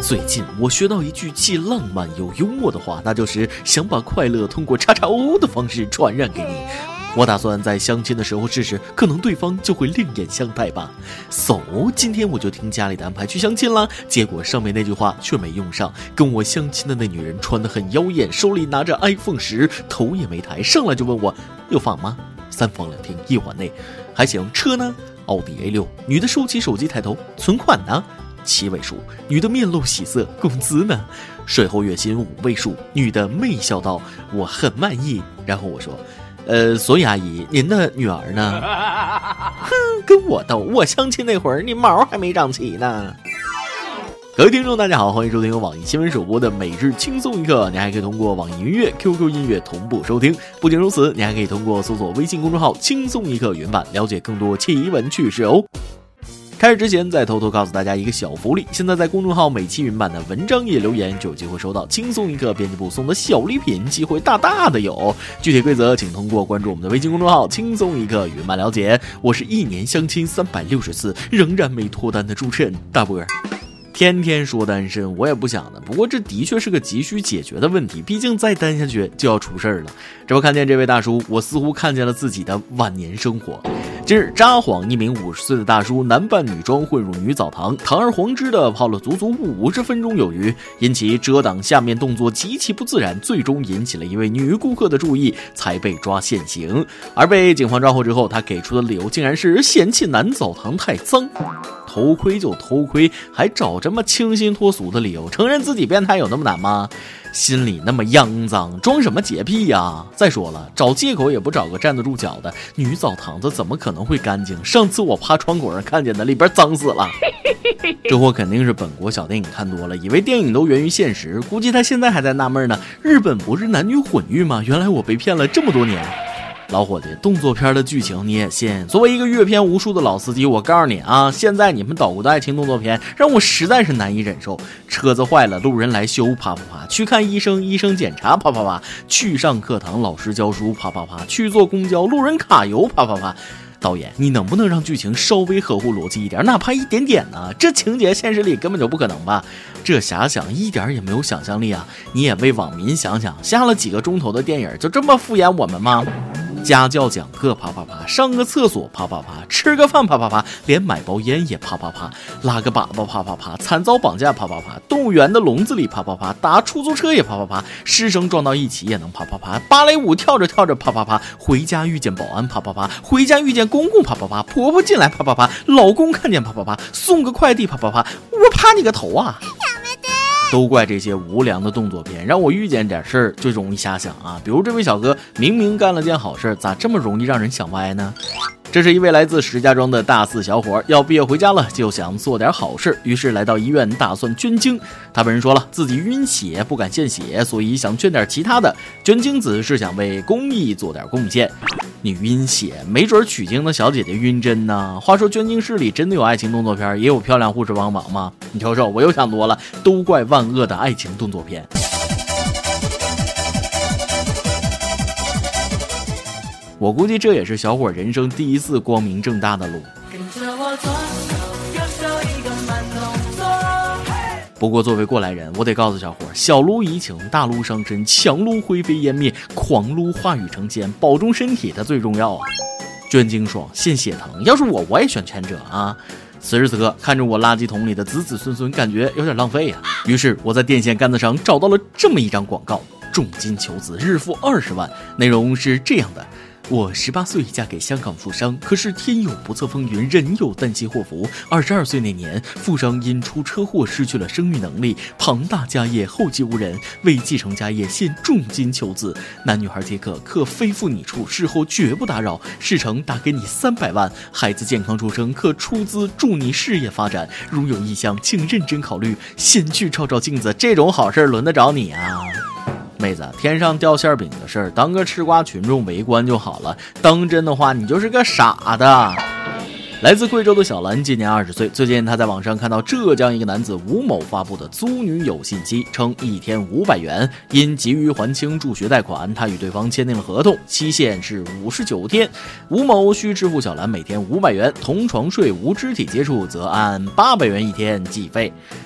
最近我学到一句既浪漫又幽默的话，那就是想把快乐通过XXO的方式传染给你。我打算在相亲的时候试试，可能对方就会另眼相待吧。今天我就听家里的安排去相亲了，结果上面那句话却没用上。跟我相亲的那女人穿得很妖艳，手里拿着 iPhone 10，头也没抬，上来就问我有房吗？3房2厅1环内，还行。车呢？奥迪A6。女的收起手机抬头，存款呢？7位数。女的面露喜色，工资呢？税后月薪5位数。女的媚笑道：我很满意。然后我说所以阿姨，您的女儿呢？哼，跟我斗，我相亲那会儿你毛还没长齐呢。各位听众大家好，欢迎收听由网易新闻首播的每日轻松一刻，你还可以通过网易音乐 QQ 音乐同步收听。不仅如此，你还可以通过搜索微信公众号轻松一刻原版了解更多奇闻趣事哦。开始之前再偷偷告诉大家一个小福利，现在在公众号每期云版的文章页留言就有机会收到轻松一刻编辑部送的小礼品，机会大大的有。具体规则请通过关注我们的微信公众号轻松一刻云版了解。我是1年相亲360次仍然没脱单的主持人大波儿。天天说单身我也不想的，不过这的确是个急需解决的问题，毕竟再单下去就要出事了。这不看见这位大叔，我似乎看见了自己的晚年生活。近日札幌一名50岁的大叔男扮女装混入女澡堂，堂而皇之的泡了足足50分钟有余，因其遮挡下面动作极其不自然，最终引起了一位女顾客的注意，才被抓现行。而被警方抓获之后，他给出的理由竟然是嫌弃男澡堂太脏。偷窥就偷窥，还找这么清新脱俗的理由，承认自己变态有那么难吗？心里那么肮脏，装什么洁癖呀？再说了，找借口也不找个站得住脚的，女澡堂子怎么可能会干净？上次我趴窗口上看见的，里边脏死了。这货肯定是本国小电影看多了，以为电影都源于现实，估计他现在还在纳闷呢，日本不是男女混育吗？原来我被骗了这么多年。老伙计，动作片的剧情你也信？作为一个阅片无数的老司机，我告诉你啊，现在你们捣鼓的爱情动作片让我实在是难以忍受。车子坏了，路人来修，啪啪啪；去看医生，医生检查，啪啪啪；去上课堂，老师教书，啪啪啪；去坐公交，路人卡油，啪啪啪。导演，你能不能让剧情稍微合乎逻辑一点，哪怕一点点呢？这情节现实里根本就不可能吧？这遐想一点也没有想象力啊！你也为网民想想，下了几个钟头的电影就这么敷衍我们吗？家教讲课啪啪啪，上个厕所啪啪啪，吃个饭啪啪啪，连买包烟也啪啪啪，拉个粑粑啪啪啪，惨遭绑架啪啪啪，动物园的笼子里啪啪啪，打出租车也啪啪啪，师生撞到一起也能啪啪啪，芭蕾舞跳着跳着啪啪啪，回家遇见保安啪啪啪，回家遇见公公啪啪啪，婆婆进来啪啪啪，老公看见啪啪啪，送个快递啪啪啪，我啪你个头啊！都怪这些无良的动作片，让我遇见点事儿就容易瞎想啊。比如这位小哥明明干了件好事，咋这么容易让人想歪呢？这是一位来自石家庄的大4小伙，要毕业回家了，就想做点好事，于是来到医院打算捐精。他本人说了，自己晕血不敢献血，所以想捐点其他的，捐精子是想为公益做点贡献。你晕血，没准取经的小姐姐晕针呢。话说捐精室里真的有爱情动作片，也有漂亮护士帮忙吗？你瞅瞅，我又想多了，都怪万恶的爱情动作片。我估计这也是小伙人生第一次光明正大的路。不过作为过来人，我得告诉小伙，小撸怡情，大撸伤身，强撸灰飞烟灭，狂撸化雨成仙，保重身体它最重要啊！捐精爽，献血疼，要是我也选前者啊！此时此刻，看着我垃圾桶里的子子孙孙，感觉有点浪费啊。于是我在电线杆子上找到了这么一张广告：重金求子，日付20万。内容是这样的：我18岁嫁给香港富商，可是天有不测风云，人有旦夕祸福。22岁那年，富商因出车祸失去了生育能力，庞大家业后继无人，为继承家业献重金求子，男女孩皆可，可非父你处，事后绝不打扰，事成打给你300万，孩子健康出生，可出资助你事业发展。如有意向，请认真考虑，先去照照镜子，这种好事轮得着你啊！妹子，天上掉馅饼的事儿，当个吃瓜群众围观就好了，当真的话，你就是个傻的。来自贵州的小兰今年20岁，最近她在网上看到浙江一个男子吴某发布的租女友信息，称1天500元，因急于还清助学贷款，他与对方签订了合同，期限是59天。吴某需支付小兰每天500元，同床睡无肢体接触则按800元一天计费。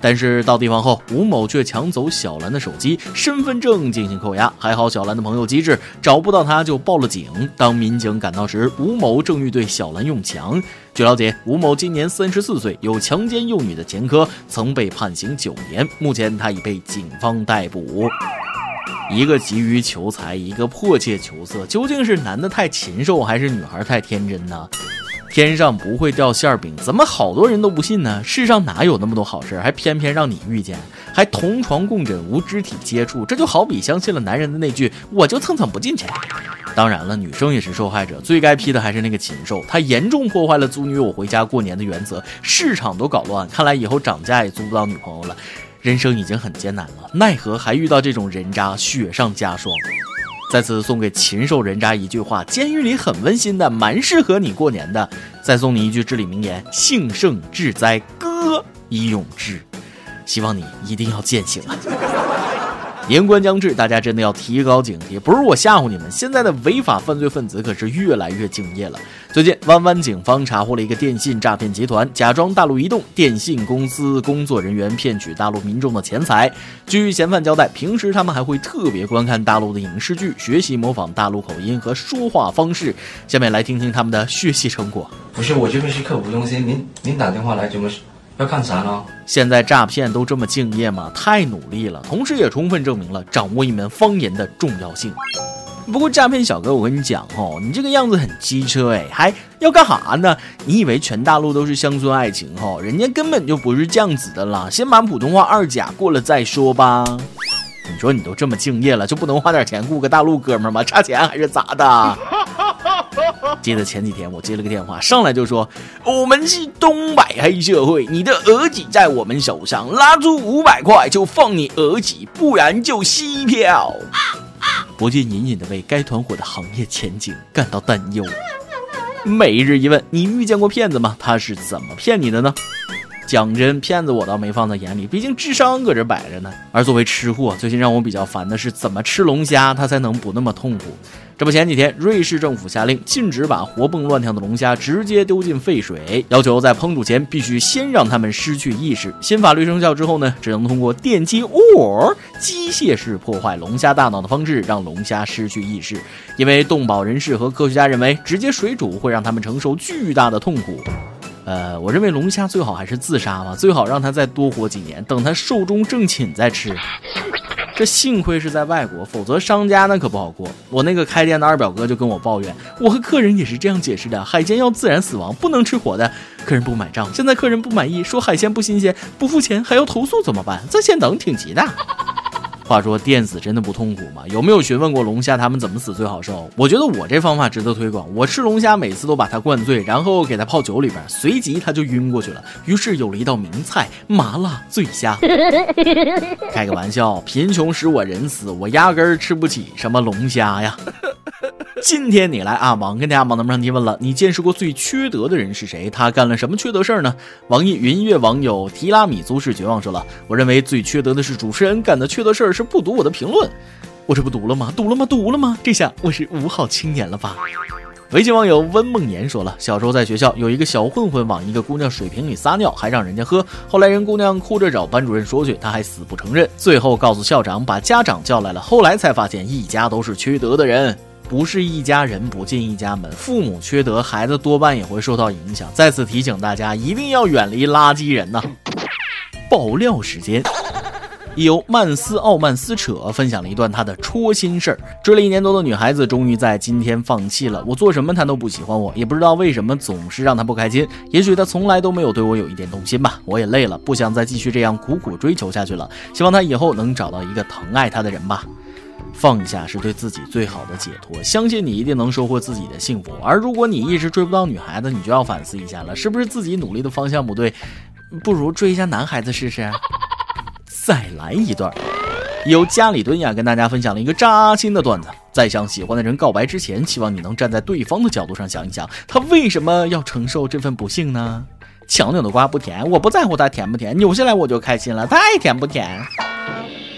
但是到地方后，吴某却抢走小兰的手机、身份证进行扣押，还好小兰的朋友机智，找不到他就报了警。当民警赶到时，吴某正欲对小兰用强。据了解，吴某今年34岁，有强奸幼女的前科，曾被判刑9年，目前他已被警方逮捕。一个急于求财，一个迫切求色，究竟是男的太禽兽，还是女孩太天真呢？天上不会掉馅饼，怎么好多人都不信呢？世上哪有那么多好事，还偏偏让你遇见，还同床共枕无肢体接触，这就好比相信了男人的那句我就蹭蹭不进去。当然了，女生也是受害者，最该批的还是那个禽兽，他严重破坏了租女友回家过年的原则，市场都搞乱，看来以后涨价也租不到女朋友了。人生已经很艰难了，奈何还遇到这种人渣，雪上加霜。在此送给禽兽人渣一句话，监狱里很温馨的，蛮适合你过年的。再送你一句至理名言，幸盛至哉，歌以咏志。希望你一定要践行啊。年关将至，大家真的要提高警惕，不是我吓唬你们，现在的违法犯罪分子可是越来越敬业了。最近湾湾警方查获了一个电信诈骗集团，假装大陆移动电信公司工作人员，骗取大陆民众的钱财。据嫌犯交代，平时他们还会特别观看大陆的影视剧，学习模仿大陆口音和说话方式。下面来听听他们的学习成果。 不是，我这边是客服中心，您打电话来怎么要看啥呢？ 现在诈骗都这么敬业吗？太努力了，同时也充分证明了掌握一门方言的重要性。不过诈骗小哥，我跟你讲哦，你这个样子很机车哎，还要干哈呢？你以为全大陆都是乡村爱情哦？人家根本就不是这样子的啦，先把普通话2甲过了再说吧。你说你都这么敬业了，就不能花点钱雇个大陆哥们儿吗？差钱还是咋的？记得前几天我接了个电话，上来就说我们是东北黑社会，你的儿子在我们手上，拉出500块就放你儿子，不然就吸票。不禁隐隐的为该团伙的行业前景感到担忧。每日一问，你遇见过骗子吗？他是怎么骗你的呢？讲真，骗子我倒没放在眼里，毕竟智商搁这摆着呢。而作为吃货，最近让我比较烦的是怎么吃龙虾它才能不那么痛苦。这不，前几天瑞士政府下令禁止把活蹦乱跳的龙虾直接丢进沸水，要求在烹煮前必须先让它们失去意识。新法律生效之后呢，只能通过电击机械式破坏龙虾大脑的方式让龙虾失去意识。因为动保人士和科学家认为，直接水煮会让他们承受巨大的痛苦。我认为龙虾最好还是自杀吧，最好让它再多活几年，等它寿终正寝再吃。这幸亏是在外国，否则商家那可不好过。我那个开店的二表哥就跟我抱怨，我和客人也是这样解释的，海鲜要自然死亡，不能吃活的。客人不买账，现在客人不满意，说海鲜不新鲜，不付钱还要投诉怎么办？在线等挺急的。话说电死真的不痛苦吗？有没有询问过龙虾他们怎么死最好受？我觉得我这方法值得推广。我吃龙虾每次都把它灌醉，然后给它泡酒里边，随即它就晕过去了。于是有了一道名菜，麻辣醉虾。开个玩笑，贫穷使我人死，我压根儿吃不起什么龙虾呀。今天你来阿芒跟大家忙上提问了，你见识过最缺德的人是谁？他干了什么缺德事儿呢？网易云音乐网友提拉米苏是绝望说了，我认为最缺德的是主持人干的缺德事儿是不读我的评论。我这不读了吗？读了吗？这下我是5好青年了吧？微信网友温梦言说了，小时候在学校有一个小混混往一个姑娘水瓶里撒尿，还让人家喝，后来人姑娘哭着找班主任说去，他还死不承认，最后告诉校长把家长叫来了，后来才发现一家都是缺德的人。不是一家人不进一家门，父母缺德，孩子多半也会受到影响。再次提醒大家，一定要远离垃圾人呐！爆料时间，由曼斯傲慢撕扯分享了一段他的戳心事儿。追了1年多的女孩子，终于在今天放弃了。我做什么她都不喜欢我，也不知道为什么总是让她不开心。也许她从来都没有对我有一点动心吧。我也累了，不想再继续这样苦苦追求下去了。希望她以后能找到一个疼爱她的人吧。放下是对自己最好的解脱，相信你一定能收获自己的幸福。而如果你一直追不到女孩子，你就要反思一下了，是不是自己努力的方向不对？不如追一下男孩子试试。再来一段，由家里蹲呀跟大家分享了一个扎心的段子。在向喜欢的人告白之前，希望你能站在对方的角度上想一想，他为什么要承受这份不幸呢？强扭的瓜不甜，我不在乎它甜不甜，扭下来我就开心了，它爱甜不甜。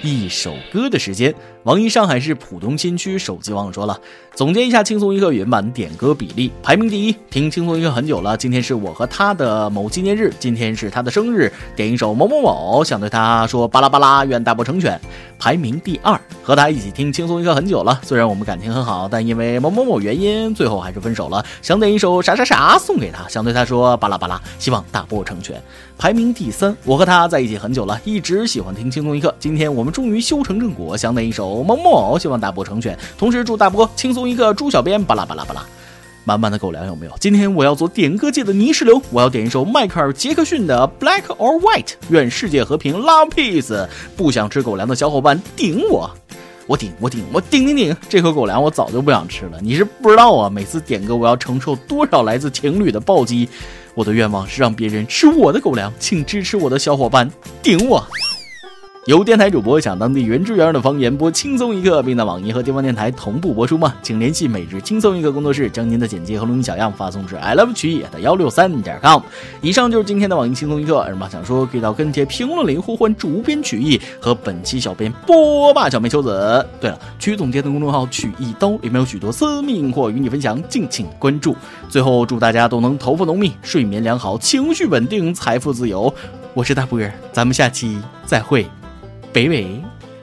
一首歌的时间。网易上海市浦东新区手机网友说了，总结一下轻松一刻原版点歌比例，排名第一，听轻松一刻很久了，今天是我和他的某纪念日，今天是他的生日，点一首某某某，想对他说巴拉巴拉，愿大波成全。排名第二，和他一起听轻松一刻很久了，虽然我们感情很好，但因为某某某原因最后还是分手了，想点一首啥啥啥送给他，想对他说巴拉巴拉，希望大波成全。排名第三，我和他在一起很久了，一直喜欢听轻松一刻，今天我们终于修成正果，想点一首某某某，希望大波成全，同时祝大波轻松一刻，朱小编巴拉巴拉巴拉。满满的狗粮有没有？今天我要做点歌界的泥石流，我要点一首迈克尔·杰克逊的 Black or White， 愿世界和平 Love Peace。 不想吃狗粮的小伙伴顶我，我顶，这盒狗粮我早就不想吃了，你是不知道啊，每次点歌我要承受多少来自情侣的暴击。我的愿望是让别人吃我的狗粮，请支持我的小伙伴顶我。有电台主播想当地原汁原味的方言播轻松一刻，并在网易和地方电台同步播出吗？请联系每日轻松一刻工作室，将您的简介和录音小样发送至 iLoveChUyi@163.com。以上就是今天的网易轻松一刻，有什么想说可以到跟帖评论里呼唤主编曲艺和本期小编波霸小妹秋子。对了，曲总监的公众号曲一刀里面有许多私密硬货与你分享，敬请关注。最后祝大家都能头发浓密，睡眠良好，情绪稳定，财富自由。我是大波儿，咱们下期再会。北北。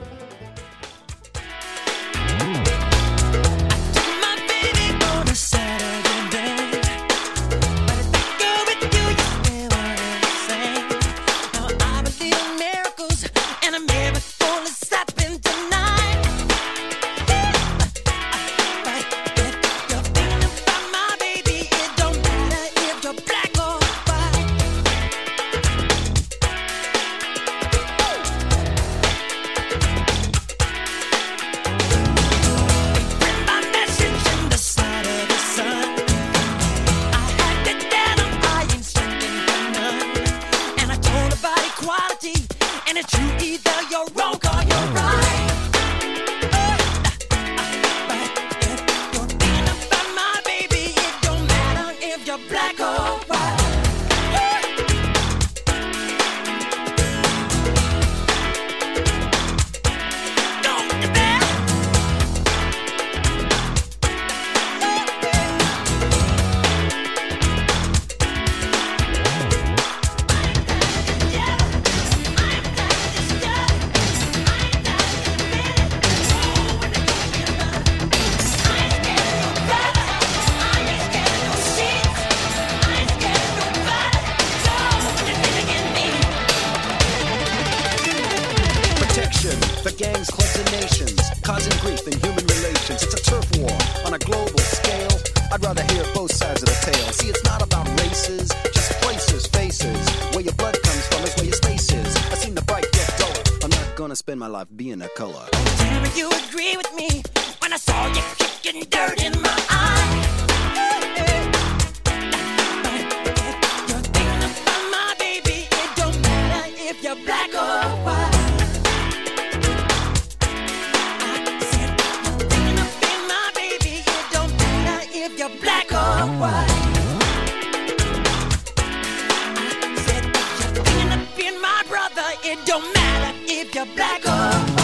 And it's true, either you're wrong or you're right. If you're thinking about my baby, it don't matter if you're black or white. Don't you dare. The gangs, clubs, and nations, causing grief in human relations. It's a turf war on a global scale. I'd rather hear both sides of the tale. See, it's not about races, just places, faces. Where your blood comes from is where your space is. I've seen the bright get duller. I'm not gonna spend my life being a color. Tell me you agree with me when I saw you kicking dirt in my eye. If you're thinking about my baby, it don't matter if you're black or white. If you're black or white, I said that you're thinking of being my brother. It don't matter if you're black or white.